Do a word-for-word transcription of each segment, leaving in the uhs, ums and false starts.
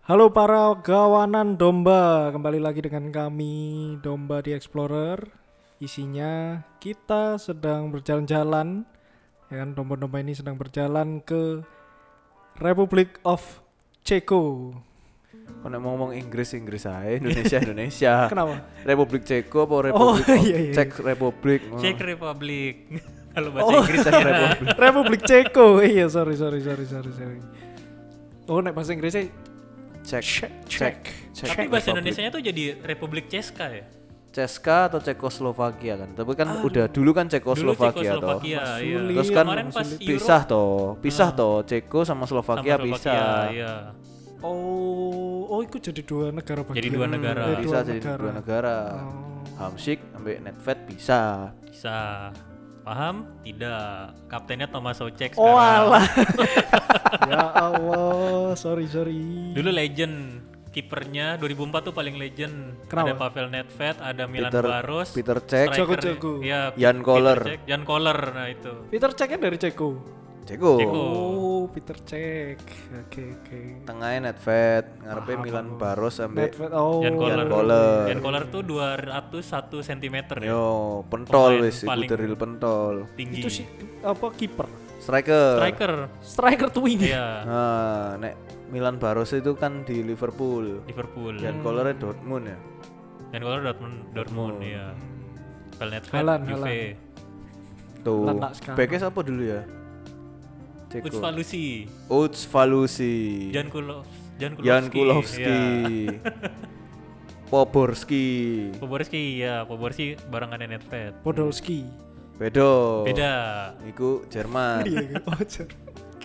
Halo para gawanan domba, kembali lagi dengan kami Domba di Explorer. Isinya kita sedang berjalan-jalan, ya kan, domba-domba ini sedang berjalan ke Republic of Ceko. Kau nek ngomong Inggris Inggris aja, Indonesia Indonesia. Kenapa? Republik Ceko apa Oh, Republik of iya, iya. Czech Republic? Czech Republic. Kalau bahasa Oh. Inggris Czech Republic. Republik Ceko. Iya, sorry sorry sorry sorry sorry. Oh, nek bahasa Inggrisnya Czech. Czech. Czech. Czech. Tapi bahasa Republic. Indonesianya tuh jadi Republik Ceska ya. Ceska atau Cekoslovakia kan. Tapi kan udah dulu kan Dulu Cekoslovakia toh. Cekoslovakia, Mas iya. Suli. Terus kan Kemarin pas Euro pisah toh, pisah Ah. toh. Ceko sama sama Slovakia Slovakia, pisah. iya. Oh, oh itu jadi dua negara bagian. Jadi dua negara. Eh, Bisa jadi dua negara. Oh. Hamsik sampai Nedved bisa. Bisa. Paham? Tidak. Kaptennya Thomas Soucek Oh sekarang. alah. Ya Allah, sorry sorry. Dulu legend. Kipernya dua ribu empat tuh paling legend. Kenapa? Ada Pavel Nedved, ada Milan Peter Baros, Peter Cech, strikernya- Jago-jago. Iya, Jan Peter Koller. Cech, Jan Koller, nah itu. Peter Cech kan dari Ceko. Ceko. Ceko. Oh, Peter Cech. Oke oke. Tengahnya Nedved, ngarepe Paham, Milan paham. Baros sampai Nedved. Oh. Jan Koller. Koller. Jan Koller tuh dua ratus satu sentimeter ya. Yo, pentol Pemain wis, iku paling deril pentol. Tinggi. Itu sih apa kiper? Striker. Striker. Striker tuh ini. Iya, Nah, nek Milan Baros itu kan di Liverpool. Liverpool. Dan Kollernya Dortmund ya. Jan Koller Dortmund, Dortmund, Dortmund. iya. Pavel Nedved, Haaland, Juve. Haaland. Tuh. Lenak sekarang. Beknya siapa dulu ya? Ceko. Uts Valusi. Uts Valusi. Jan Kulov. Jan Kulowski. Jan Kulowski. Iya. Poborski. Poborski, ya, Poborski barengannya Nedved. Podolski. Bedo. Beda. Iku Jerman. Iya kan? Oh, Jer-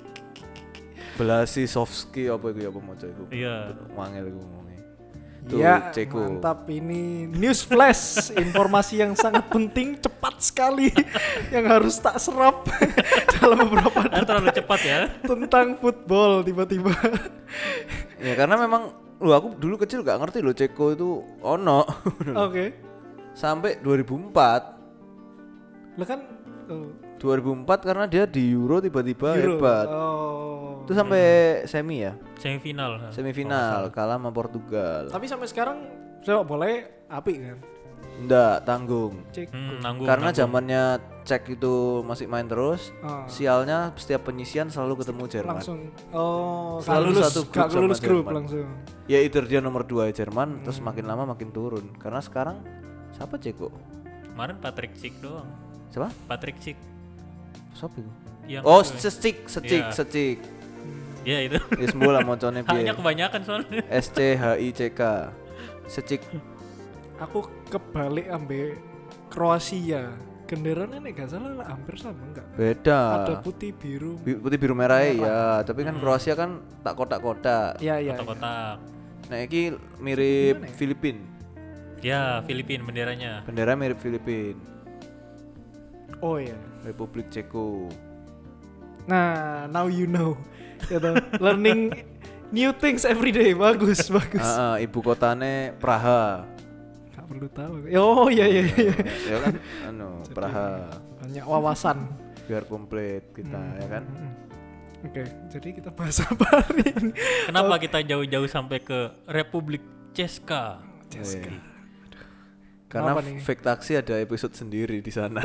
Belasisovski apa iku ya apa maca iku? Iya. Wangel iku ngomongnya. Tuh, Ya, Ceko. mantap ini news flash, informasi yang sangat penting, cepat sekali yang harus tak serap dalam beberapa Kan terlalu cepat ya. tentang football tiba-tiba. Ya karena memang lu aku dulu kecil gak ngerti lo Ceko itu ono. Oke. Sampai dua ribu empat. Lah kan oh, dua ribu empat karena dia di Euro tiba-tiba Euro. hebat. Oh. Itu sampai semi ya, Semifinal. semifinal kalah sama Portugal. Tapi sampai sekarang sepak bola apik kan? Nggak tanggung. Cek. Hmm, nanggung. Karena nanggung. zamannya Cek itu masih main terus. Ah. Sialnya setiap penyisian selalu ketemu Jerman. Langsung oh, Selalu gak lulus, satu grup gak sama lulus grup Jerman. langsung. Ya either dia nomor dua Jerman, Hmm. terus makin lama makin turun. Karena sekarang siapa Ceko? Kemarin Patrick Schick doang. Siapa? Patrick Schick. Siapa itu? Yang Oh, itu. secik, secik, Iya. secik. Ya itu. Ya sembola mocone Hanya piye. kebanyakan soalnya. S C H I C K. Secik. Aku kebalik ambil Kroasia. Genderanya nih gak salah lah, hampir sama enggak? Beda. Ada putih biru. Bi- Putih biru merah Merah. ya, tapi kan Hmm. Kroasia kan tak kotak-kotak. Iya iya. iya. Kotak-kotak. Nah, ini mirip Gimana ya? Filipin. Ya, Filipin benderanya. Bendera mirip Filipin. Oh iya. Republik Ceko. Nah, now you know. Ya toh, learning new things every day. Bagus, bagus. Ah, ah, ibu kotanya Praha. Gak perlu tahu. Oh iya iya iya. Ya kan? Anu, Praha. Banyak wawasan. Biar komplit kita, Hmm, ya kan? hmm, hmm. Oke, jadi kita bahas apa hari ini? Kenapa kita jauh-jauh sampai ke Republik Ceska? Ceska. Weh. Karena Kenapa nih? fake taxi ada episode sendiri di sana.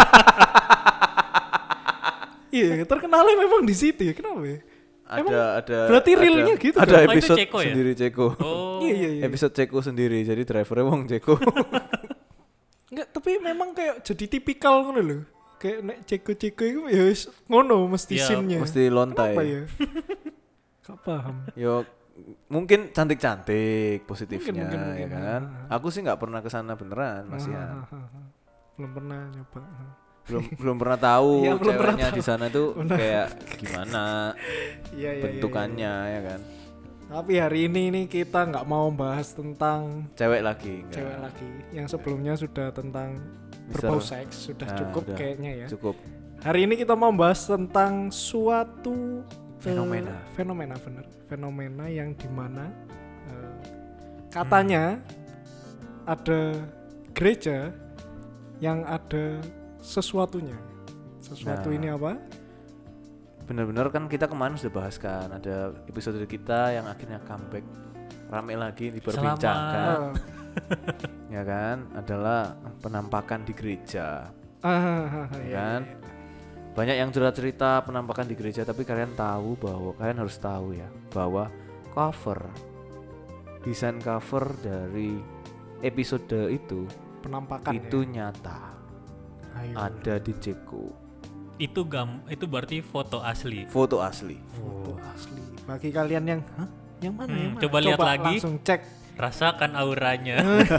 Iya, terkenalnya memang di situ ya. Kenapa ya? Emang ada ada berarti ada- realnya gitu ada dong? Oh, itu episode Ceko ya? sendiri Ceko. Oh. Iya iya iya. Episode Ceko sendiri, jadi drivernya wong Ceko. Enggak, tapi memang kayak jadi tipikal ngono lho. Kayak nek ceko-ceko itu ya wis ngono mesti Iya, scene-nya. Mesti lontai. Kenapa ya? Gak paham. Yo mungkin cantik-cantik positifnya, Mungkin, mungkin, ya mungkin. kan. Ah. Aku sih nggak pernah kesana beneran, Mas Ah, Ian. ah, ah, ah. Belum pernah nyoba. Belum belum pernah tahu Iya, belum pernah ceweknya tahu. di sana tuh Benar. kayak gimana Iya iya. bentukannya, ya kan. Tapi hari ini nih kita nggak mau bahas tentang Cewek lagi, enggak. cewek lagi. Yang sebelumnya sudah tentang Mister berbau seks sudah Nah, cukup udah. kayaknya ya. Cukup. Hari ini kita mau bahas tentang suatu eh, Fenomena. fenomena bener. Fenomena yang dimana eh, katanya ada gereja yang ada sesuatunya. Sesuatu Nah. ini apa? bener-bener kan kita kemarin sudah bahas kan, ada episode kita yang akhirnya comeback rame lagi diperbincangkan. Oh. Ya kan, adalah penampakan di gereja. Ah, Ya iya, kan? iya. Banyak yang curhat cerita penampakan di gereja, tapi kalian tahu bahwa kalian harus tahu ya bahwa cover desain cover dari episode itu Penampakan itu ya. nyata Ayo. ada di Ceko, Itu gam itu berarti foto asli. foto asli. Foto asli. Bagi kalian yang, hah? Yang mana? Hmm, yang mana? coba lihat lagi. Langsung cek. Rasakan auranya.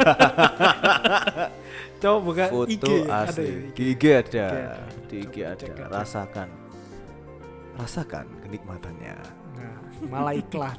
Coba buka Foto I G. Ada ya, asli. I G. Di I G ada, ada. di I G Coba ada. cek, cek. Rasakan, rasakan kenikmatannya. Nah, malah iklan.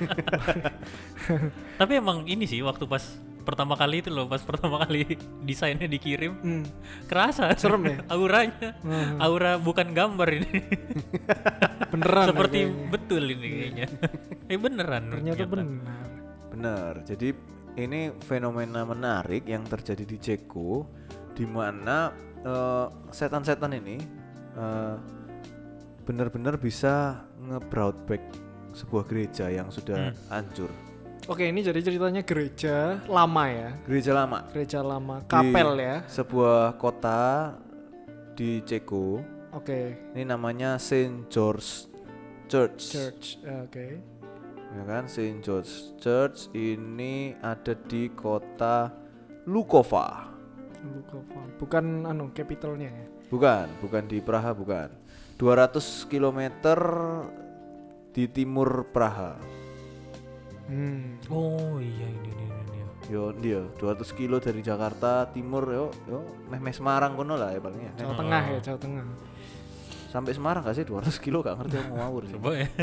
Tapi emang ini sih waktu pas pertama kali itu loh, pas pertama kali desainnya dikirim, Hmm. kerasa Serem ya? auranya. Hmm. Aura bukan gambar ini. Beneran. Seperti ya, kayaknya. betul ini kayaknya. Eh beneran. Ternyata benar. Benar. Jadi ini fenomena menarik yang terjadi di Ceko, di mana eh, setan-setan ini eh, benar-benar bisa nge-brought back sebuah gereja yang sudah Hmm. hancur. Oke, ini jadi ceritanya gereja lama ya. Gereja lama. Gereja lama, Di kapel ya. sebuah kota di Ceko. Oke, Ini namanya Saint George Church. church. eh, Oke. Ya kan, Saint George Church ini ada di kota Lukova. Lukova. Bukan anu capitalnya ya. Bukan, bukan di Praha, bukan. dua ratus kilometer di timur Praha. Hmm. Oh iya ini ini ini. Yo, dia dua ratus kilo dari Jakarta timur yo, yo meh meh Semarang kono lah ya palingnya. Jawa Oh. Tengah ya, Jawa Tengah. Sampai Semarang gak sih dua ratus kilo, gak ngerti aku ngawur sih. Coba ya.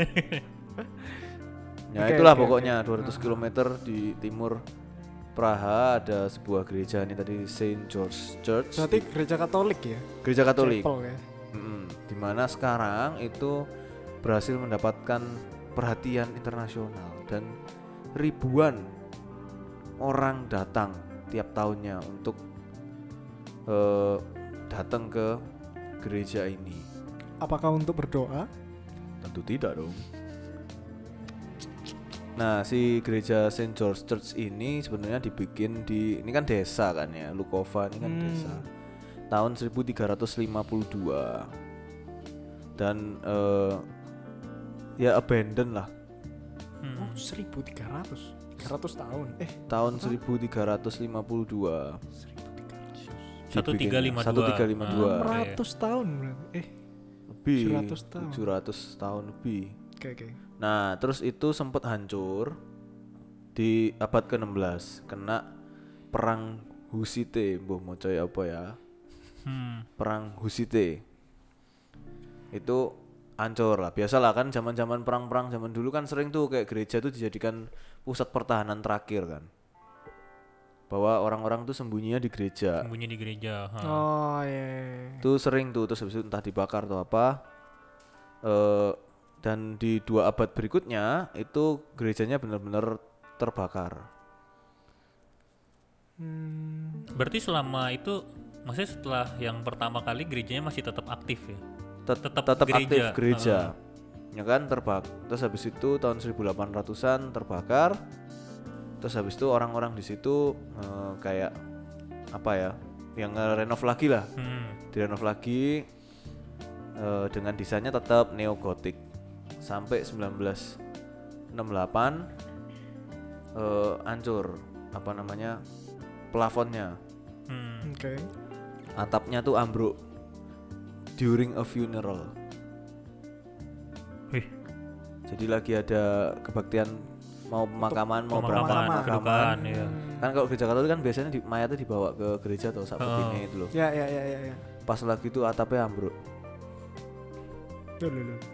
Ya Oke, itulah oke, pokoknya oke. dua ratus kilometer di timur Praha ada sebuah gereja ini tadi Saint George Church. Berarti gereja Katolik ya? Gereja Katolik. Chapel ya. Mm, dimana sekarang itu berhasil mendapatkan perhatian internasional dan ribuan orang datang tiap tahunnya untuk uh, datang ke gereja ini. Apakah untuk berdoa? Tentu tidak dong. Nah, si gereja Saint George Church ini sebenarnya dibikin di, ini kan desa kan ya, Lukova ini kan Hmm. desa. Tahun seribu tiga ratus lima puluh dua. Dan uh, ya abandon lah. Oh, Hmm. seribu tiga ratus. tiga ratus tahun. Eh, Tahun seribu tiga ratus lima puluh dua. seribu tiga ratus. seribu tiga ratus lima puluh dua. seribu tiga ratus lima puluh dua. enam ratus tahun berarti. Eh, Lebih. tujuh ratus tahun. tujuh ratus tahun lebih. oke oke. Nah, terus itu sempat hancur di abad ke enam belas kena perang Husite, mbah moco ya apa ya? Hmm. Perang Husite. Itu hancur lah. Biasalah kan zaman-zaman perang-perang zaman dulu kan sering tuh kayak gereja tuh dijadikan pusat pertahanan terakhir kan. Bahwa orang-orang tuh sembunyinya di gereja. Sembunyi di gereja. Ha. Oh iya. Itu sering tuh, terus habis itu entah dibakar atau apa. Eh dan di dua abad berikutnya itu gerejanya benar-benar terbakar. Hmm, Berarti selama itu, maksudnya setelah yang pertama kali gerejanya masih tetap aktif ya? Tet- Tetap tetap gereja. aktif gereja. Ya kan terbak. Terus habis itu tahun seribu delapan ratusan terbakar. Terus habis itu orang-orang di situ eh, kayak apa ya? Yang renov lagi lah. Hmm. Direnov lagi eh, dengan desainnya tetap neo-gotik. Sampai sembilan belas enam puluh delapan eh, hancur apa namanya plafonnya, Hmm. oke. atapnya tuh ambruk during a funeral. Wih, Jadi lagi ada kebaktian mau pemakaman mau pemakaman, pemakaman. kedukaan Hmm. ya. Kan kalau gereja Katolik kan biasanya di, mayatnya dibawa ke gereja atau saat Oh. ini itu loh. Ya ya ya ya ya. Pas lagi itu atapnya ambruk. Loh, loh, loh.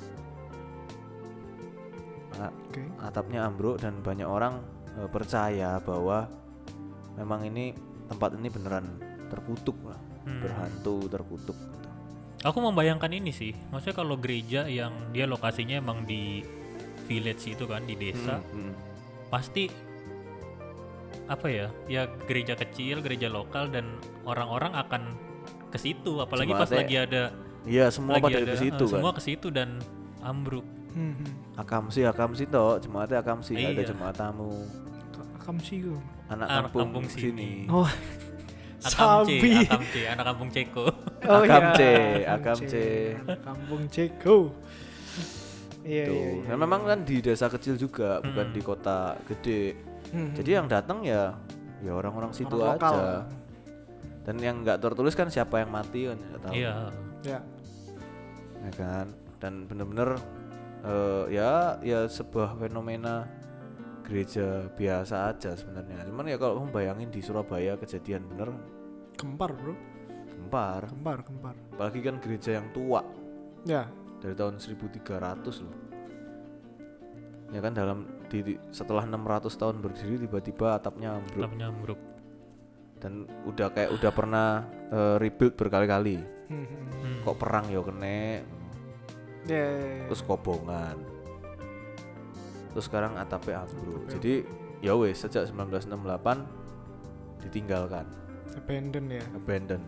A- Oke. atapnya ambruk dan banyak orang eh, percaya bahwa memang ini tempat ini beneran terkutuk lah, Hmm. berhantu, terkutuk gitu. Aku membayangkan ini sih, maksudnya kalau gereja yang dia lokasinya emang di village itu kan, di desa, Hmm, hmm. pasti apa ya, ya gereja kecil, gereja lokal dan orang-orang akan ke situ, apalagi pas Jemaatnya- lagi ada Iya, semua lagi pada ada ke situ eh, kan. semua ke situ dan ambruk. Hmm, hmm. Akamsi, akamsi toh, jemaatnya akamsi, nggak ada Iya. jemaat tamu. Akam sih gue. Anak Anak kampung, kampung sini. sini. Oh, Akam C, sabi. Akam C, anak kampung Ceko. Oh Akam iya, C, Akam Akam C. Anak kampung Ceko. Iya, Tuh. iya, iya. Nah, memang kan di desa kecil juga, bukan Hmm. di kota gede. Hmm, Jadi yang datang ya ya orang-orang situ orang aja. lokal. Dan yang nggak tertulis kan siapa yang mati kan nggak tahu. Iya. Ya. Ya kan. Dan bener-bener eh, ya ya sebuah fenomena gereja biasa aja sebenarnya. Cuman ya kalau kamu bayangin di Surabaya kejadian bener Gempar, Bro. gempar. Gempar, gempar. Apalagi kan gereja yang tua Ya. dari tahun seribu tiga ratus loh. Ya kan dalam di, di- setelah enam ratus tahun berdiri tiba-tiba atapnya ambruk Lapnya ambruk. dan udah kayak udah pernah eh, rebuild berkali-kali. Hmm, hmm. Hmm. Kok perang yo kene, Ya, ya, ya. terus kobongan. Terus sekarang atapnya ambruk. Atapnya Jadi ya wes sejak sembilan belas enam puluh delapan ditinggalkan, Abandon ya. abandon.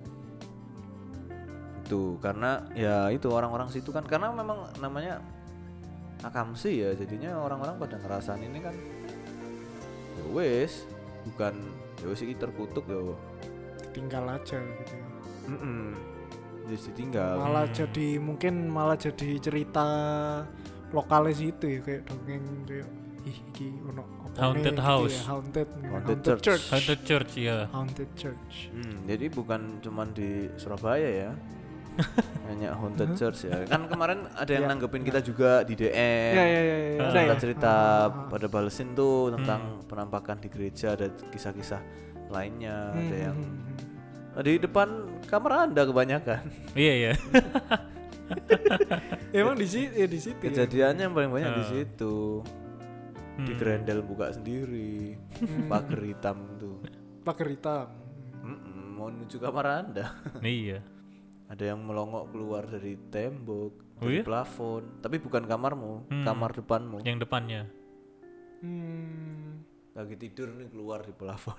Itu karena ya itu orang-orang situ kan karena memang namanya akamsi ya, jadinya orang-orang pada ngerasain ini kan ya wes bukan ya wes iki terkutuk ya. Tinggal aja gitu ya. Mm-mm. Jadi ditinggal. Malah Hmm. jadi mungkin malah jadi cerita lokalis itu ya, kayak dongeng kayak ih iki ono apa Haunted nih, gitu house. ya, haunted, Haunted church. church. Haunted Church ya. Haunted church. Hmm, jadi bukan cuman di Surabaya ya. Hanya haunted church ya. Kan kemarin ada yang Ya. nanggepin kita juga di D M. Ya ya ya, ya. Ada ya. cerita Ah, ah, ah. pada balesin tuh tentang penampakan di gereja, ada kisah-kisah lainnya, Hmm, ada yang hmm, hmm, hmm. di depan kamar Anda kebanyakan. Iya ya. Emang di situ ya di situ. ya? Kejadiannya yang paling banyak di Ah. situ. Di Hmm. gerendel buka sendiri, pagar hitam tuh. Pagar hitam. Mm-mm, mau menuju kamar Anda. Iya. Ada yang melongok keluar dari tembok, Oh dari iya? plafon, tapi bukan kamarmu, Hmm. kamar depanmu. Yang depannya. Hmm. Lagi tidur nih keluar di plafon.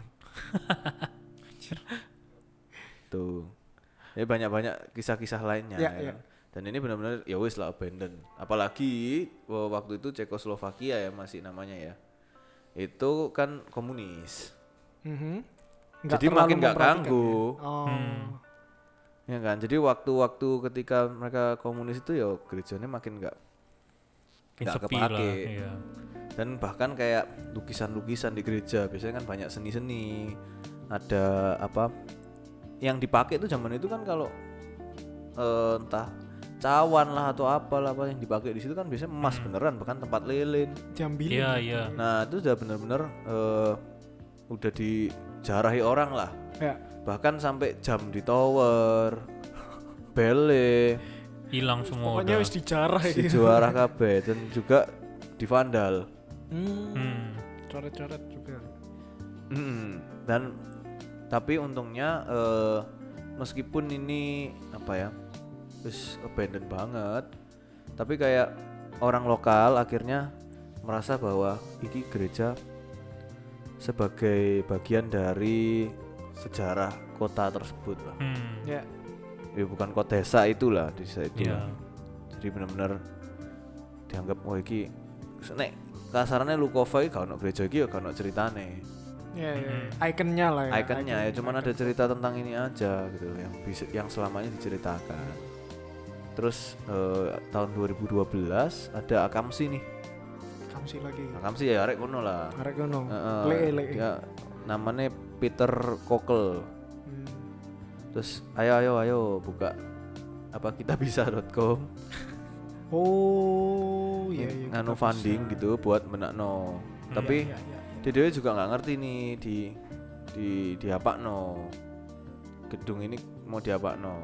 Tuh. Ya banyak-banyak kisah-kisah lainnya Ya, ya. ya. Dan ini benar-benar ya wis lah abandon. Apalagi w- waktu itu Cekoslovakia ya masih namanya ya. Itu kan komunis. Mhm. Nggak Jadi terlalu makin nggak memperhatikan ganggu. ya. Oh. Hmm. Ya kan. Jadi waktu-waktu ketika mereka komunis itu ya gerejanya makin nggak Makin nggak sepi lah. kepake. Iya. Dan bahkan kayak lukisan-lukisan di gereja biasanya kan banyak seni-seni, ada apa yang dipakai itu zaman itu kan kalau eh, entah cawan lah atau apalah apa yang dipakai di situ kan biasanya emas beneran, bahkan tempat lilin. Diambilin. Iya, gitu iya. ya. Nah itu udah bener-bener eh, udah dijarahi orang lah, Ya. bahkan sampai jam di tower, bele, Hilang semua Pokoknya udah. wis dijarah si gitu. juara kabeh dan juga di vandal. Hmm. Hmm. Coret-coret juga. Mm, dan tapi untungnya eh, meskipun ini apa ya terus abandoned banget, tapi kayak orang lokal akhirnya merasa bahwa ini gereja sebagai bagian dari sejarah kota tersebut lah. Hmm. Ya. Ya bukan kota desa itulah, desa itu Iya. lah. Jadi benar-benar dianggap wah iki nek kasarnya Lukova iki gak ono gereja iki ya gak ono ceritane. Ya, ya. Mhm. Ikonnya lah ya. Ikonnya ya Icon- cuman ada icon. cerita tentang ini aja gitu loh yang bisa yang selamanya diceritakan. Terus eh, tahun dua ribu dua belas ada Akamsi nih. Kamu sih lagi. Akamsi ya arek kono lah. Arek kono. Heeh, Le le. dia namanya Peter Kokel. Hmm. Terus ayo ayo ayo buka apa kita bisa dot com Oh, iya iya. nganu kita funding bisa. gitu buat menakno. Hmm. Tapi Iya, iya, iya. dia dewe juga nggak ngerti nih di di di apa no gedung ini mau diapakno.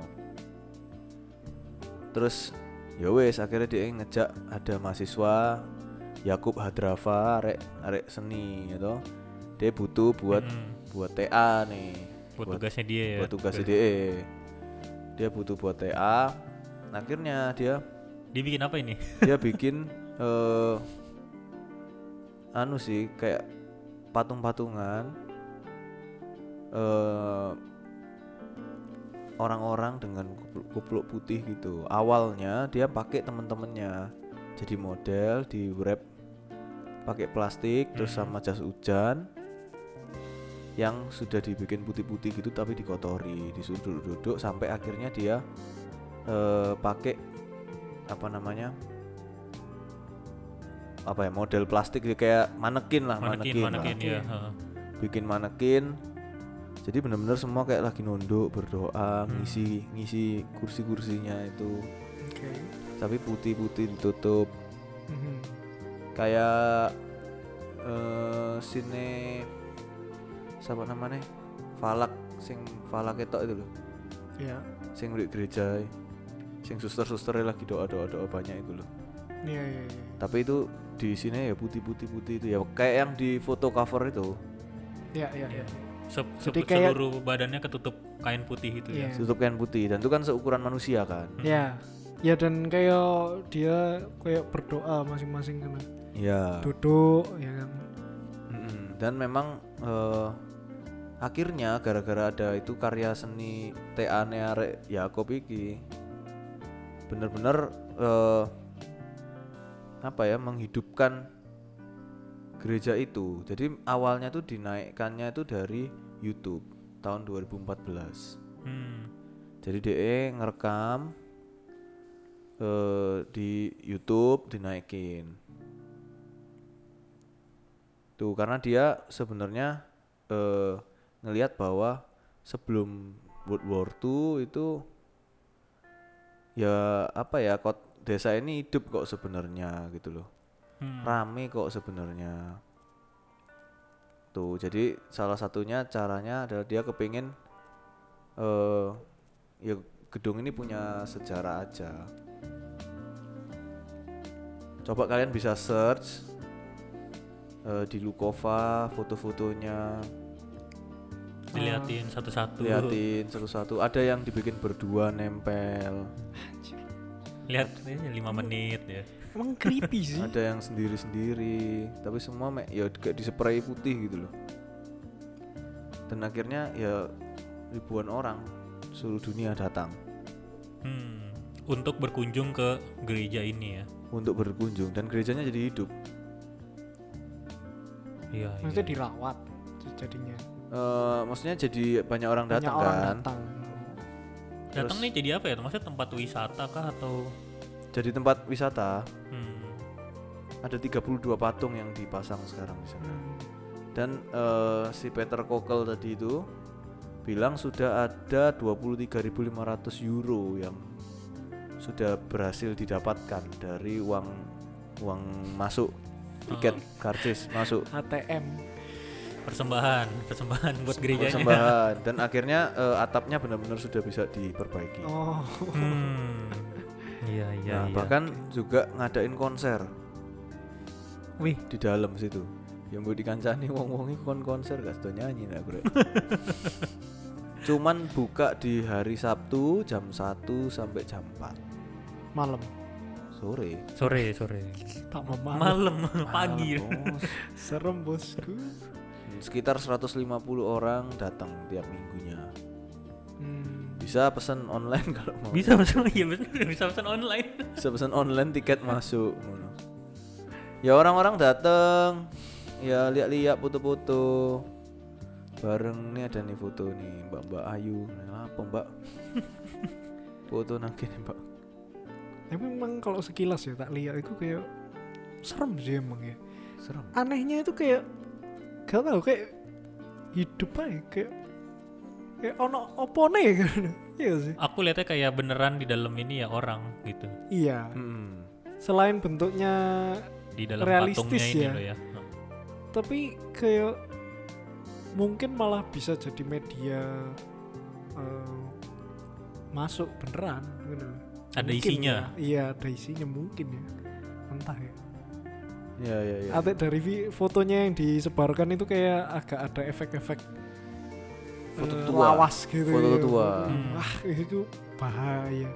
Terus ya wes akhirnya dia ngejak ada mahasiswa Yakub Hadrafa arek arek seni gitu. Dia butuh buat Hmm. buat T A nih. Buat tugasnya dia ya. buat tugas dia. Dia butuh buat T A. Akhirnya dia Dia bikin apa ini? dia bikin eh anu sih kayak patung-patungan eh orang-orang dengan kupluk, kupluk putih gitu. Awalnya dia pakai temen-temennya jadi model di wrap pakai plastik terus Hmm. sama jas hujan yang sudah dibikin putih-putih gitu tapi dikotori, disuruh duduk-duduk sampai akhirnya dia eh, pakai apa namanya apa ya model plastik kayak manekin lah Manekin, manekin, manekin lah. ya. Manekin. heeh. Bikin manekin jadi benar-benar semua kayak lagi nunduk berdoa Hmm. ngisi ngisi kursi-kursinya itu Oke. tapi putih-putih ditutup Mhm. kayak eh sini siapa namanya Falak sing Falak ketok itu loh Ya. sing di gereja sing suster-suster lagi doa-doa doa banyak itu loh Iya iya iya. tapi itu di sini ya putih-putih putih itu ya kayak yang di foto cover itu Iya iya iya. Se- Jadi se- kayak- seluruh badannya ketutup kain putih itu Iya. ya. tutup kain putih dan itu kan seukuran manusia kan Ya. Ya dan kayak dia kayak berdoa masing-masing kan. ya Duduk ya kan. Mm-mm. Dan memang eh, akhirnya gara-gara ada itu karya seni T A Neare Yakob iki bener-bener eh, apa ya menghidupkan gereja itu. Jadi awalnya tuh dinaikkannya itu dari YouTube tahun dua ribu empat belas. Hmm. Jadi D E ngerekam eh, di YouTube dinaikin. Tuh karena dia sebenarnya eh, ngelihat bahwa sebelum World War Two itu ya apa ya kok desa ini hidup kok sebenarnya gitu loh. Hmm. Rame kok sebenarnya. Tuh jadi salah satunya caranya adalah dia kepingin eh ya gedung ini punya sejarah aja. Coba kalian bisa search eh, di Lukova foto-fotonya, Diliatin satu-satu. liatin satu-satu. Ada yang dibikin berdua nempel, Lihat ini lima menit ya. Emang creepy sih. ada yang sendiri-sendiri, tapi semua me- ya kayak dispray putih gitu loh. Dan akhirnya ya ribuan orang seluruh dunia datang Hmm. Untuk berkunjung ke gereja ini ya. untuk berkunjung dan gerejanya jadi hidup. Iya. Maksudnya iya. dirawat jadinya. Eh, maksudnya jadi banyak orang Banyak datang orang kan. datang. Datang terus- nih jadi apa ya? Maksudnya tempat wisata kah atau? Jadi tempat wisata. Hmm. Ada tiga puluh dua patung yang dipasang sekarang di sana. Hmm. Dan eh, si Peter Kokel tadi itu bilang sudah ada dua puluh tiga ribu lima ratus euro yang sudah berhasil didapatkan dari uang uang masuk tiket karcis masuk H T M. Persembahan, persembahan buat gerejanya. persembahan dan akhirnya eh, atapnya benar-benar sudah bisa diperbaiki. Oh. Hmm. Iya iya Nah, iya. bahkan juga ngadain konser Wih, di dalam situ. Yang mau dikancani wong-wong iki kon konser gak sedo nyanyi nek gue. Cuman buka di hari Sabtu jam satu sampai jam empat Malam. sore. sore sore. Tak mau malam. Malam, pagi. Malam, bos. Serem bosku. Sekitar seratus lima puluh orang datang tiap minggunya. Hmm. Bisa pesan online kalau mau. Bisa pesan, iya bener, bisa pesan online. Bisa pesan online tiket masuk ngono. Ya orang-orang datang, ya lihat-lihat foto-foto. Bareng nih ada nih foto nih Mbak-mbak Ayu. Nah, apa Mbak? Foto nang kene Mbak. Tapi memang kalau sekilas ya tak lihat itu kayak serem sih emang ya. Serem. Anehnya itu kayak gak tau kayak hidup aja kayak kayak ono opone gitu. Iya sih. Aku lihatnya kayak beneran di dalam ini ya orang gitu. Iya. Hmm. Selain bentuknya Di dalam Realistis patungnya ini ya. loh ya. tapi kayak mungkin malah bisa jadi media eh, masuk beneran gitu. Ada Mungkin isinya. ya. Iya, ada isinya mungkin ya. Entah ya. Ya ya ya. Atau dari vi- fotonya yang disebarkan itu kayak agak ada efek-efek Foto eh, tua. lawas gitu. Foto ya. tua. Hmm. Wah, itu bahaya.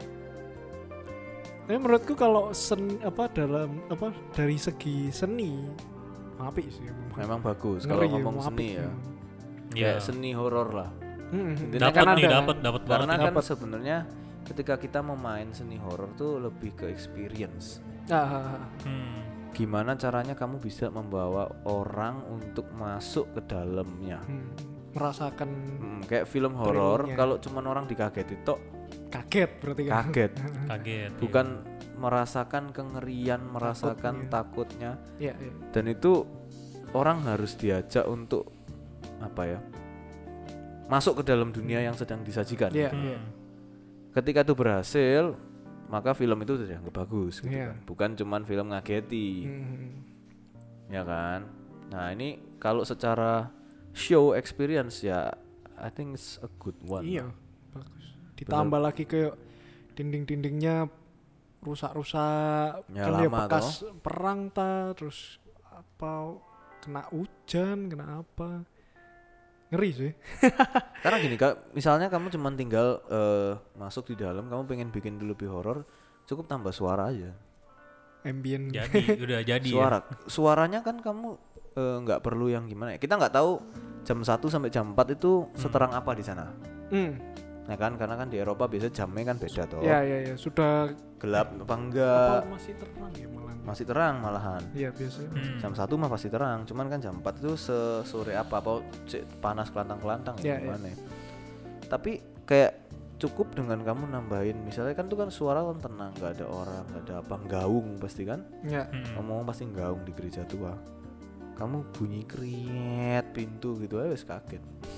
Tapi menurutku kalau sen apa dalam apa dari segi seni apik sih memang. Memang bagus Ngeri kalau ngomong mau seni apik. ya. Iya. Kayak seni horor lah. Mm-mm. Intinya Dapat kan nih, ada. dapat dapat banget. karena nih. kan Dapat. sebenarnya ketika kita memain seni horor tuh lebih ke experience. Ah, ah, ah. Hmm. Gimana caranya kamu bisa membawa orang untuk masuk ke dalamnya. Hmm, merasakan Hmm, kayak film horor Thrillnya. kalau cuman orang dikageti tok kaget berarti kan. kaget, Kaget. bukan merasakan kengerian, merasakan Takutnya. takutnya. Iya, iya. Dan itu orang harus diajak untuk apa ya? Masuk ke dalam dunia yang sedang disajikan. Iya, Hmm. iya. Ketika itu berhasil, maka film itu sudah dianggap bagus gitu Iya. kan. Bukan cuman film ngageti. Hmm. Ya kan? Nah, ini kalau secara show experience ya I think it's a good one. Iya, bagus. Ditambah lagi ke dinding-dindingnya rusak-rusak, Ya, kan dia lama bekas perang ta, terus apa kena hujan, kena apa. Ngeri sih. Karena gini Kak, misalnya kamu cuma tinggal eh, masuk di dalam, kamu pengen bikin dulu lebih horor, cukup tambah suara aja. Ambient. Jadi udah jadi Suara, ya. suaranya kan kamu eh, nggak perlu yang gimana ya. Kita nggak tahu jam satu sampai jam empat itu seterang apa di sana. Hmm. Nah kan, karena kan di Eropa biasa jamnya kan beda toh. Ya, ya, ya. Sudah Gelap apa enggak? apa masih terang ya malah. Masih terang malahan. Iya, biasanya. Hmm. Jam satu mah pasti terang, cuman kan jam empat itu sesore apa apa cek panas kelantang-kelantang Ya, ya ya. gimana. Tapi kayak cukup dengan kamu nambahin, misalnya kan tuh kan suara kan tenang, nggak ada orang, nggak ada apa, gaung pasti kan, Ya. Hmm. ngomong pasti gaung di gereja tua. Kamu bunyi kriet pintu gitu aja wes kaget.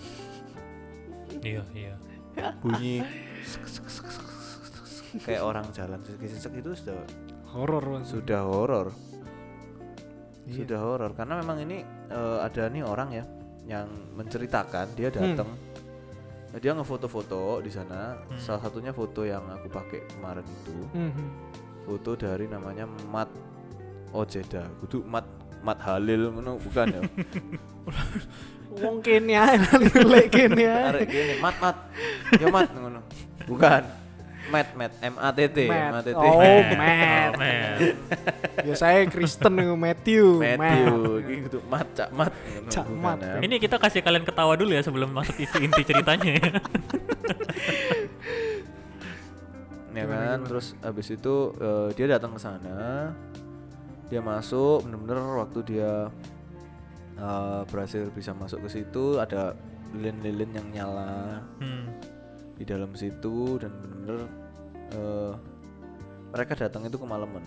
Iya, iya. Bunyi sek, sek, sek, sek, sek, sek, kayak orang jalan sesek itu sudah Horor Mas. sudah horor. Iya. Sudah horor karena memang ini eh, ada nih orang ya yang menceritakan dia datang Hmm. dia ngefoto-foto di sana. Hmm. Salah satunya foto yang aku pakai kemarin itu Mhm. foto dari namanya Mat Ojeda, kudu Mat Mat Halil ngono bukan ya. Wong kene ae lek kene ae. Arek gini Mat Mat ya Mat ngono bukan Matt Matt M A T T M A Matt. T T Oh, Matt. Matt. Oh, Matt. Ya saya Kristen nih Matthew. Matthew Matt. iki kudu Mat Cak Mat ngono, Cak bukan Mat. ya. Ini kita kasih kalian ketawa dulu ya sebelum masuk isi inti ceritanya ya. Ya Gimana, kan, gimana? terus habis itu eh, dia datang ke sana, dia masuk, bener-bener waktu dia eh, berhasil bisa masuk ke situ ada lilin-lilin yang nyala Hmm. di dalam situ dan bener-bener eh, mereka datang itu kemalaman.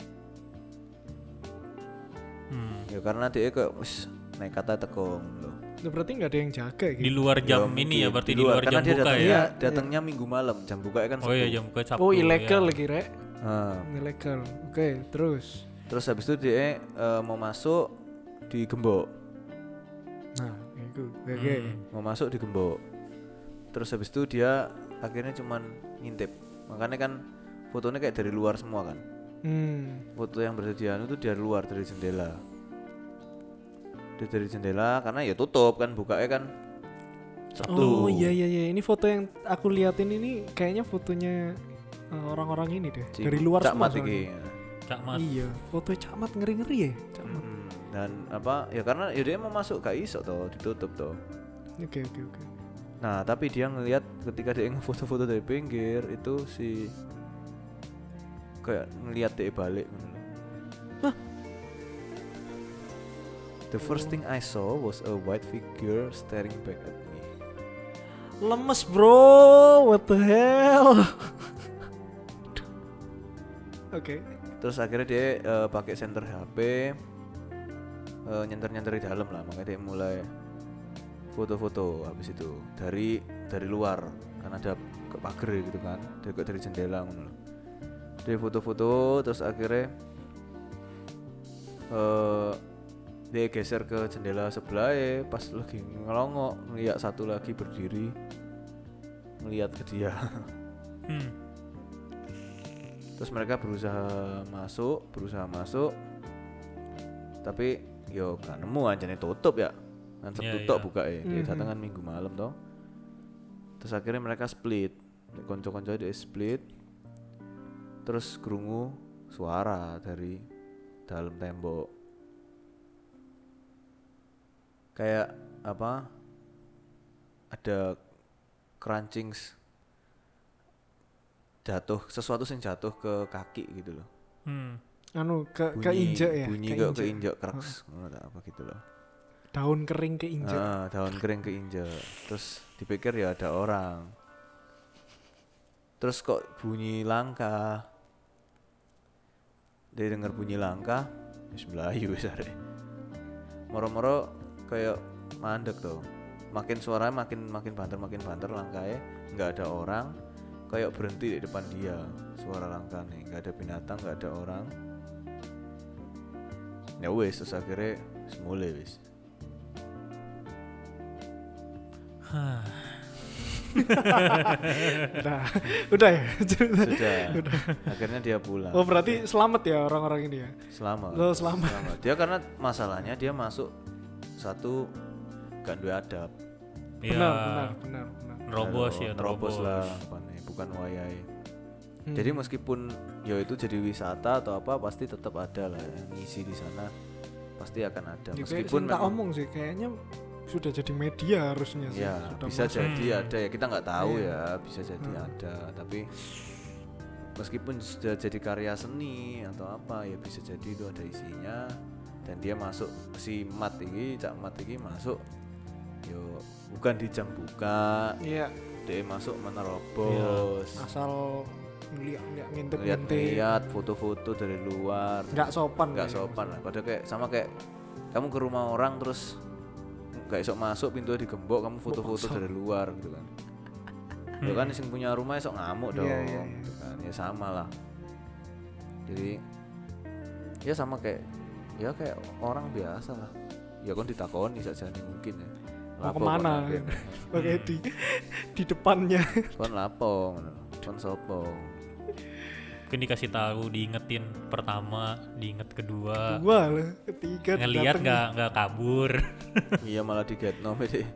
Hmm. Ya karena dia kayak wis naik kata tekong loh. Itu berarti nggak ada yang jaga Di gitu. luar jam Ya, ini ya mungkin, berarti di luar, karena jam dia buka datangnya, ya. datangnya minggu malam, jam buka kan Oh iya Sabtu. jam buka Sabtu. Oh, ilegal ya. lagi, Rek. Nah, Ilegal. Oke, terus. terus habis itu dia eh, mau masuk di gembok. Nah, itu. Oke. Hmm. Mau masuk di gembok. Terus habis itu dia akhirnya cuman ngintip. Makanya kan fotonya kayak dari luar semua kan. Hmm. Foto yang bersedia itu dari luar, dari jendela. Dia dari jendela karena ya tutup kan, bukanya kan Sabtu. Oh iya iya iya, ini foto yang aku liatin ini kayaknya fotonya eh, orang-orang ini deh. Cik, Dari luar Cak semua. Mat iki. soalnya. Cak Mat. Iya, foto Cak Mat ngeri-ngeri ya, Cak Mat. Mm, dan apa? Ya karena ya dia mau masuk gak iso toh, ditutup toh. Oke oke oke. Nah, tapi dia ngelihat ketika dia ngefoto-foto dari pinggir itu si kayak ngelihat dia balik gitu loh. The first thing I saw was a white figure staring back at me. Lemes bro, what the hell? Oke. Terus akhirnya dia eh, pakai senter H P, eh, nyenter-nyenter di dalam lah, makanya dia mulai foto-foto habis itu dari dari luar karena ada ke pagar gitu kan, dia kok dari jendela ngono loh. Dia foto-foto terus akhirnya eh dia geser ke jendela sebelah ya, pas lagi ngelongok ngeliat satu lagi berdiri ngeliat ke dia. Hmm. Terus mereka berusaha masuk, berusaha masuk, tapi yo gak nemu anjane tutup ya, kan Iya, tertutup iya. buka ya, dia Mhm. datang kan minggu malam toh. Terus akhirnya mereka split, konco-konco dia split, terus kerungu suara dari dalam tembok, kayak apa? Ada crunching s- jatuh sesuatu yang jatuh ke kaki gitu loh. Hmm. Anu ke Bunyi, keinjek ya. bunyi kok keinjek kraks ngono tak apa gitu loh. Daun kering keinjek. Ah, daun kering keinjek. Terus dipikir ya ada orang. Terus kok bunyi langka. Dia dengar bunyi langka, wis mlayu wis arek. Moro-moro kayak mandek tuh. Makin suaranya makin makin banter makin banter langkae, nggak ada orang. Kayak berhenti di depan dia suara langkane, nggak ada binatang, nggak ada orang. Ya wis terus akhirnya semule wis. Udah, udah ya. Sudah. Akhirnya dia pulang. Oh berarti selamat ya orang-orang ini ya. Selamat. Lo selamat. Selamat. Dia karena masalahnya dia masuk satu gak duwe adab. Iya. Benar, benar, benar, benar. Nerobos ya, nerobos nerobos. lah apane, bukan wayai. Hmm. Jadi meskipun ya itu jadi wisata atau apa pasti tetap ada lah yang ngisi di sana. Pasti akan ada. Ya, kayak Meskipun sing tak memang omong sih kayaknya sudah jadi media harusnya sih. ya Sudah bisa masuk. jadi Hmm. ada ya kita nggak tahu Iya. ya bisa jadi Hmm. ada tapi meskipun sudah jadi karya seni atau apa ya bisa jadi itu ada isinya dan dia masuk si mat ini cak mat ini masuk yo bukan di jam buka Iya, dia masuk menerobos asal ngeliat-ngeliat ngintip-ngintip. lihat-lihat foto-foto dari luar Nggak sopan. nggak kayaknya. sopan lah padahal kayak sama kayak kamu ke rumah orang terus nggak esok masuk pintunya digembok kamu foto-foto Bokso. dari luar gitu kan ya kan sing punya rumah esok ngamuk dong Iya, iya, iya. gitu kan ya sama lah jadi ya sama kayak ya kayak orang biasa lah ya kan ditakoni saja nih mungkin ya Mau Lapo kemana? kok nanti? Oke di di depannya. kon lapo ngono lho. Kon sopo Mungkin dikasih tahu, diingetin pertama, diinget kedua. Dua lah, ketiga Ngelihat dateng. nggak nggak kabur. iya malah digetno deh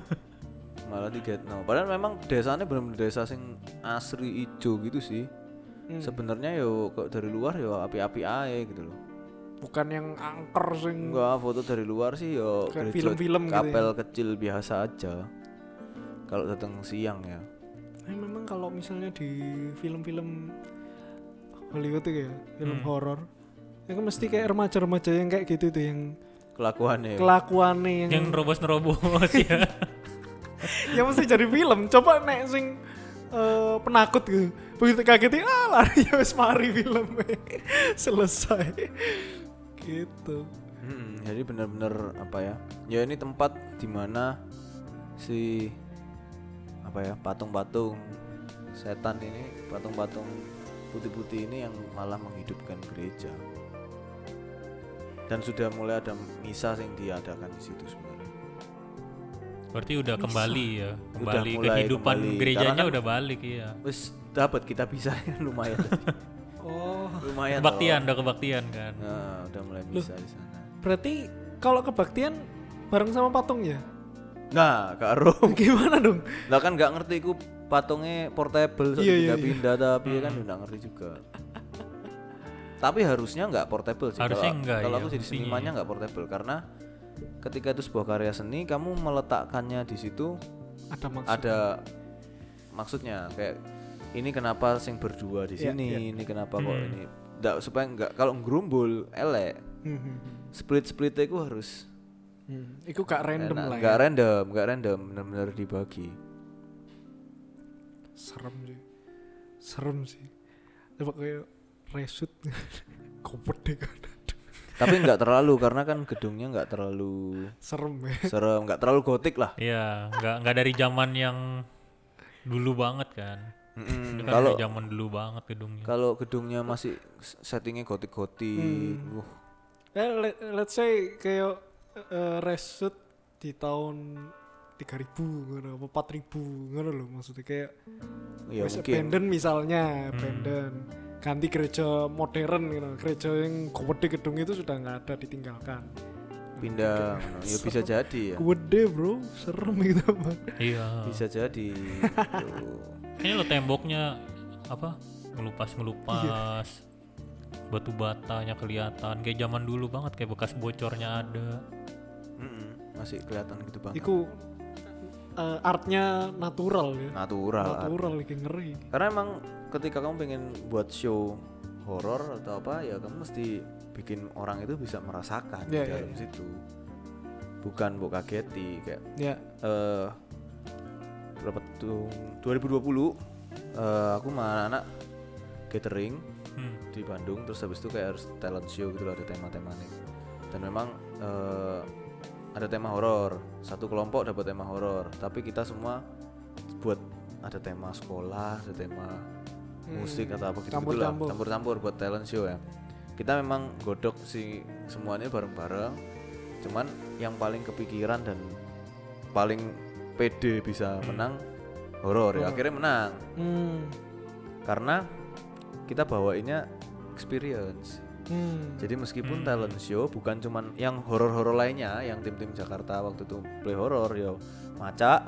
malah digetno padahal memang desanya bener-bener desa sing asri ijo gitu sih Hmm. sebenarnya yo kok dari luar yo api-api ae gitu loh Bukan yang angker sing enggak foto dari luar sih yo Kayak gereja film-film gitu kapel ya. kecil biasa aja kalau datang siang ya Eh, memang kalau misalnya di film-film Hollywood itu ya, film Hmm. horor, itu mesti kayak remaja-remaja yang kayak gitu tuh yang kelakuannya kelakuannya yang, Yang nerobos-nerobos ya. yang mesti jadi film. Coba nek sing eh, penakut gitu, begitu kaget ah lari ya wis mari film selesai gitu. Mm-mm, jadi benar-benar apa ya ya ini tempat dimana si apa ya patung-patung setan ini patung-patung putih-putih ini yang malah menghidupkan gereja dan sudah mulai ada misa yang diadakan di situ sebenarnya. Berarti udah kembali ya, Udah kembali mulai kehidupan kembali. gerejanya Karena kan- udah balik ya. Wes dapat kita bisa lumayan Oh, lumayan Kebaktian, toh. udah kebaktian kan. Nah, udah mulai bisa di sana. berarti kalau kebaktian bareng sama patungnya Nah, Kak Rom. gimana dong? Lah kan nggak ngerti iku patungnya portable so Iya, iya, pindah-pindah tapi kan Hmm. nggak ngerti juga. Tapi harusnya nggak portable sih. Harusnya Kalau- nggak, Kalau iya, aku jadi mestinya. senimannya nggak portable karena ketika itu sebuah karya seni kamu meletakkannya di situ Ada maksud. ada maksudnya kayak ini kenapa sing berdua di Iya, sini, iya. ini kenapa kok Hmm. ini. Nggak supaya nggak kalau ngerumbul elek. Hmm, hmm, hmm. Split-split itu harus Hmm, Iku gak random enak. lah Nggak ya. random, nggak random, benar-benar dibagi. Serem sih. Serem sih. Coba kayak resut. Kopet deh kan. Tapi nggak terlalu karena kan gedungnya nggak terlalu Serem ya. serem, nggak terlalu gotik lah. Iya, nggak nggak dari zaman yang dulu banget kan. Mm-mm. Itu kan Kalau dari zaman dulu banget gedungnya. kalau gedungnya masih s- settingnya gotik-gotik, Hmm. uh, Eh, let, let's say kayak eh, resut di tahun tiga ribu ngono apa empat ribu ngono loh maksudnya kayak ya wis mungkin. abandon misalnya, Hmm. abandon. Ganti gereja modern gitu. Gereja yang gede gedung itu sudah nggak ada, ditinggalkan. Pindah, no, ya bisa jadi ya, Gede bro, serem gitu bang. Iya. bisa jadi. Gitu. Ini lo temboknya apa? Ngelupas-ngelupas. Batu batanya kelihatan kayak zaman dulu banget, kayak bekas bocornya ada. Mm-mm, masih kelihatan gitu banget. Iku uh, artnya natural ya. natural. Natural iki ngeri. Karena emang ketika kamu pengen buat show horor atau apa ya kamu mesti bikin orang itu bisa merasakan Ya, di ya, dalam ya. situ. Bukan buat kageti kayak Ya. eh berapa tuh dua ribu dua puluh eh, aku sama anak-anak gathering Hmm. di Bandung, terus habis itu kayak harus talent show gitu loh, ada tema-temanya. Dan memang eh, ada tema horor, satu kelompok dapat tema horor, tapi kita semua buat ada tema sekolah, ada tema musik atau apa gitu gitu lah, Campur-campur. campur-campur buat talent show ya. Kita memang godok si semuanya bareng-bareng, cuman yang paling kepikiran dan paling pede bisa menang horor ya, Horor. akhirnya menang Hmm. karena kita bawainnya experience. Hmm. Jadi meskipun Hmm. talent show bukan cuman yang horor-horor lainnya, yang tim-tim Jakarta waktu itu play horor yo maca,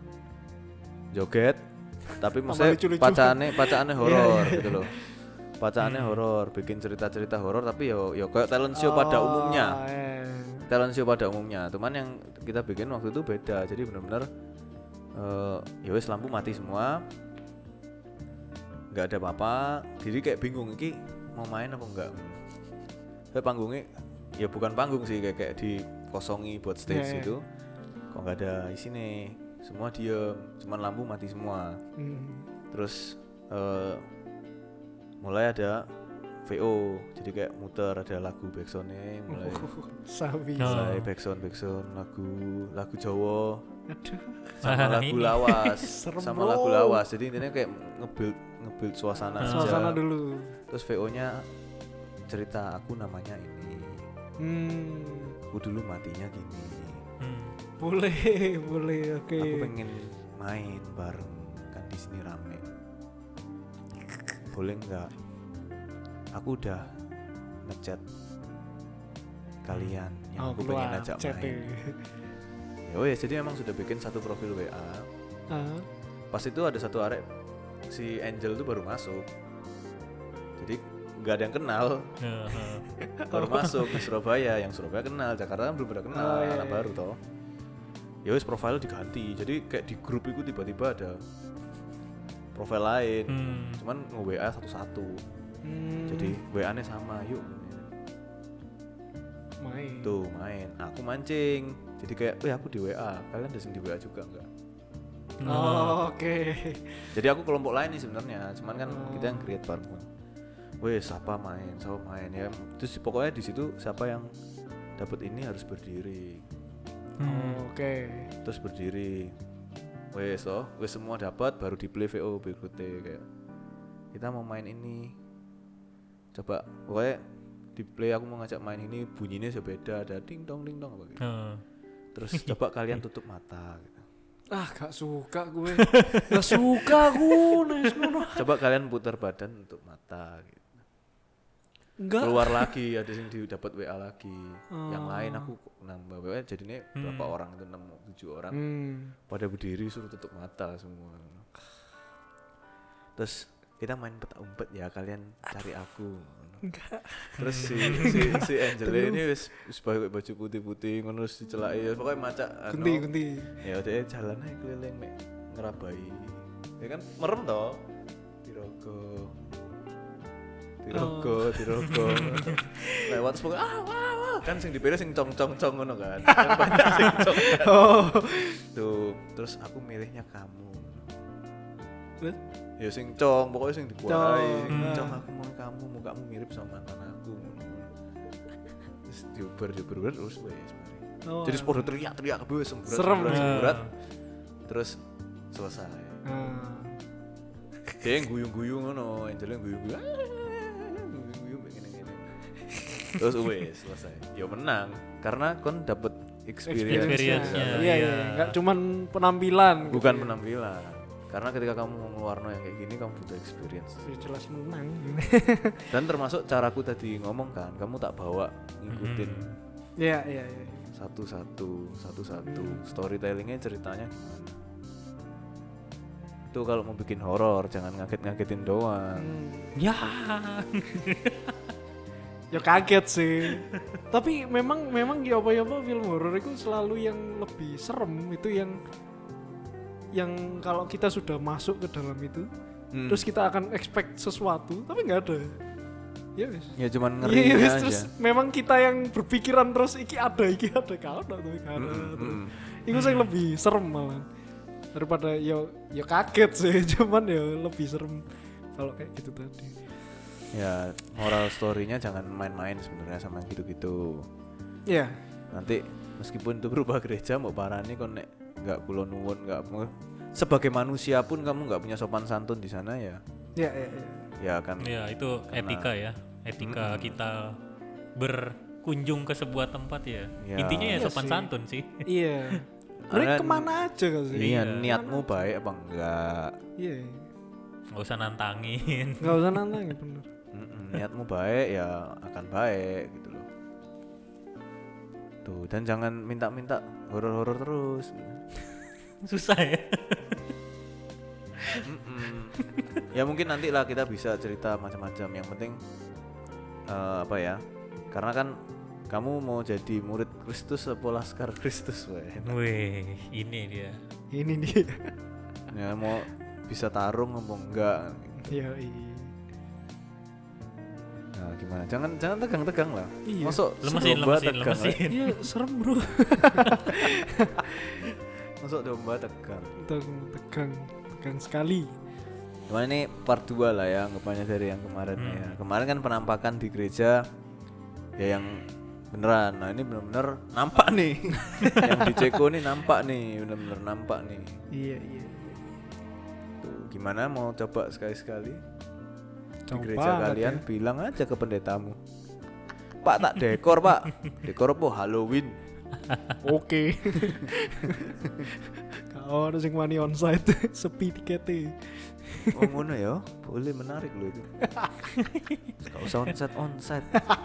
joget, tapi maksudnya lucu-lucu. pacaane pacaane horor Iya, iya, gitu loh. Pacaane horor, bikin cerita-cerita horor tapi yo yo kayak talent show pada Oh, umumnya. eh. Talent show pada umumnya. Cuman yang kita bikin waktu itu beda. Jadi benar-benar eh ya wes lampu mati semua. Nggak ada apa-apa. Jadi kayak bingung iki mau main apa enggak. Kayak panggungnya ya bukan panggung sih, kayak kayak dikosongi buat stage Yeah, yeah. itu. Kok nggak ada isi nih. Semua diem, cuman lampu mati semua. Hmm. Terus eh mulai ada V O, jadi kayak muter, ada lagu backsoundnya mulai Sabi. Oh. mulai backsound backsound lagu lagu Jawa Aduh. sama Ah, lagu ini. lawas Serem, sama bro. lagu lawas, jadi intinya kayak ngebuild ngebuild suasana aja. Suasana dulu. Terus V O-nya cerita aku namanya ini, Hmm. aku dulu matinya gini, Hmm. Boleh, boleh. Oke. aku pengen main bareng kan di sini rame, boleh nggak? Aku udah ngechat kalian yang Oh, aku pengen keluar ajak chat main. ya. Ya wes, jadi emang sudah bikin satu profil W A. Ah. Pas itu ada satu arek si Angel tuh baru masuk. Jadi nggak ada yang kenal, Ya, ha. baru masuk di Surabaya. Yang Surabaya kenal, Jakarta kan belum pada kenal, Oh, iya, anak iya. baru toh. Ya wes, profil diganti. Jadi kayak di grup itu tiba-tiba ada profil lain. Hmm. Cuman nge-W A satu-satu. Hmm. Jadi W A-nya sama, yuk. main. Tuh main, aku mancing. Jadi kayak, "Weh, aku di W A. Kalian ada yang di W A juga enggak?" Oh, oke. Jadi aku kelompok lain nih sebenarnya, cuman kan Oh. kita yang create bareng. Weh, siapa main, siapa main ya. Terus pokoknya di situ siapa yang dapat ini harus berdiri. Hmm. Oh, oke. Terus berdiri. Wes toh, wes semua dapat baru di play V O berikutnya kayak kita mau main ini. Coba pokoknya di play aku mau ngajak main ini, bunyinya sudah beda, ada ding dong ding dong apa gitu. Ha. Terus coba kalian tutup mata gitu. Ah, gak suka gue. Gak suka gue. Nice, ngono. Coba kalian putar badan untuk mata gitu. Enggak. Keluar lagi, ada yang dapat W A lagi. Oh. Yang lain aku nambah W A jadinya berapa Hmm. orang itu enam tujuh orang. Hmm. Pada berdiri suruh tutup mata semua. Terus kita main petak umpet ya, kalian cari aku. Enggak. Terus si si si Angel ini wis wis pakai baju putih-putih ngono wis dicelaki ya pokoknya macak anu. Ganti, ganti. Ya udah jalan aja keliling mek ngerabai. Ya kan merem toh. Tirogo. Tirogo, Oh. tirogo. Lewat semua ah wah wah kan sing dipilih sing cong-cong-cong ngono kan. Kan banyak sing cong. Kan. Oh. Tuh, terus aku milihnya kamu. Terus? Ya sing cong, pokoknya sing dikuarai. Cong, nah. Cong, aku mau kamu, mukamu mirip sama mantan aku. Terus diuber diuber terus wes mari. Oh. Jadi sepuluh teriak-teriak kabeh semburat. Serem. semburat, Ah. semburat. Terus selesai. Ah. Dia yang guyung-guyung ngono, Angelnya guyung-guyung. Guyung-guyung kayak gini-gini. Terus wes selesai. Ya menang karena kon dapet experience. Experience-nya. Iya, iya. Iya. Enggak cuman penampilan. Bukan gitu ya. penampilan. Karena ketika kamu mau ngeluarno yang kayak gini kamu butuh experience. Ya, jelas menang. Dan termasuk caraku tadi ngomong kan, kamu tak bawa ngikutin Iya, iya, iya. satu-satu, satu-satu. Hmm. Storytellingnya ceritanya gimana? Itu kalau mau bikin horor jangan ngaget-ngagetin doang. Hmm. Ya. Ya kaget sih. Tapi memang memang ya apa ya apa film horor itu selalu yang lebih serem itu yang yang kalau kita sudah masuk ke dalam itu, Hmm. terus kita akan expect sesuatu, tapi nggak ada. Ya wis. Ya cuman Iya, ngerinya wis, aja. terus memang kita yang berpikiran terus iki ada, iki ada, kau ada, tapi kau ada. Mm, terus. mm. Iku sing lebih serem malah daripada yo yo kaget sih, cuman ya lebih serem kalau kayak gitu tadi. Ya moral story-nya jangan main-main sebenarnya sama gitu-gitu. Iya. Nanti meskipun itu berubah gereja mau parani kon nek nggak kulo nuwun nggak mau sebagai manusia pun kamu nggak punya sopan santun di sana ya Iya, iya, iya. ya kan Ya itu Karena- etika ya, etika kita berkunjung ke sebuah tempat ya. Ya. Intinya ya Iya sopan sih. santun sih. Iya. Mereka Anda- kemana aja kan sih? iya Iya. niatmu baik apa enggak Iya. Nggak usah nantangin. Enggak usah nantangin bener. Mm-mm, niatmu baik ya akan baik gitu loh tuh dan jangan minta-minta horor-horor terus Susah ya. Mm-mm. Ya mungkin nanti lah kita bisa cerita macam-macam yang penting eh, apa ya karena kan kamu mau jadi murid Kristus apa laskar Kristus weh. Wih, ini dia. Ini dia. Ya mau bisa tarung apa enggak Iya, iya. nah gimana jangan jangan tegang-tegang lah Iya. masuk Lemesin, domba lemesin, tegang weh. lemesin. Iya, serem bro. masuk domba tegang Tegang, tegang, tegang sekali. cuman ini part dua lah ya anggapannya dari yang kemarin Hmm. ya kemarin kan penampakan di gereja ya yang beneran nah ini bener-bener nampak nih yang di Ceko nih nampak nih bener-bener nampak nih Iya, iya. tuh gimana mau coba sekali-sekali di Coba gereja nggak kalian ya? bilang aja ke pendetamu Pak tak dekor pak dekor apa Halloween Oke. Kau ada sing wani onsite sepi tiketnya. oh ngono ya boleh menarik loh itu gak usah onsite onsite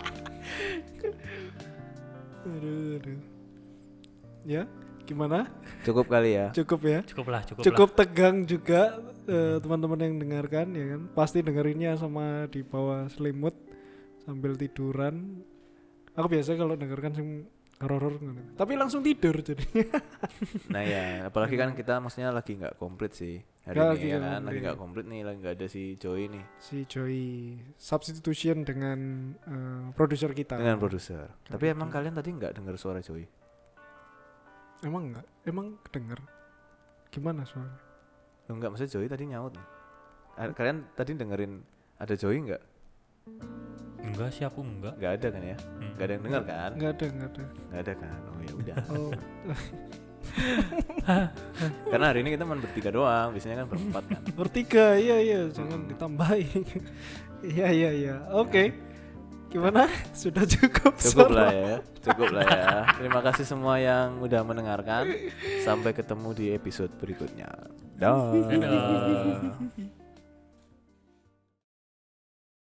Aduh, aduh. Ya, gimana? cukup kali ya Cukup ya? Cukup lah, cukup, Cukup tegang juga eh, teman-teman yang dengarkan ya kan. Pasti dengerinnya sama di bawah selimut sambil tiduran. Aku biasa kalau dengarkan sing horor ngono. Tapi langsung tidur jadinya. nah ya apalagi kan kita maksudnya lagi nggak komplit sih hari Nggak ini lagi ya nggak kan komplit. lagi nggak komplit nih lagi nggak ada si Joy nih Si Joy substitution dengan eh, produser kita. dengan produser tapi gitu. emang kalian tadi nggak dengar suara Joy Emang enggak? Emang denger? Gimana suaranya? Loh, nggak maksudnya Joy tadi nyaut nih A- kalian tadi dengerin ada Joy nggak Enggak sih, aku enggak. nggak ada kan ya Hmm. nggak ada yang dengar kan Enggak ada, enggak ada. nggak ada kan oh ya udah Oh, karena hari ini kita cuma bertiga doang biasanya kan berempat kan bertiga. Iya, iya, jangan ditambahin. Iya, iya, iya. Oke. Gimana? Sudah cukup. cukup suara? lah ya cukup lah ya terima kasih semua yang udah mendengarkan sampai ketemu di episode berikutnya dah Dadah.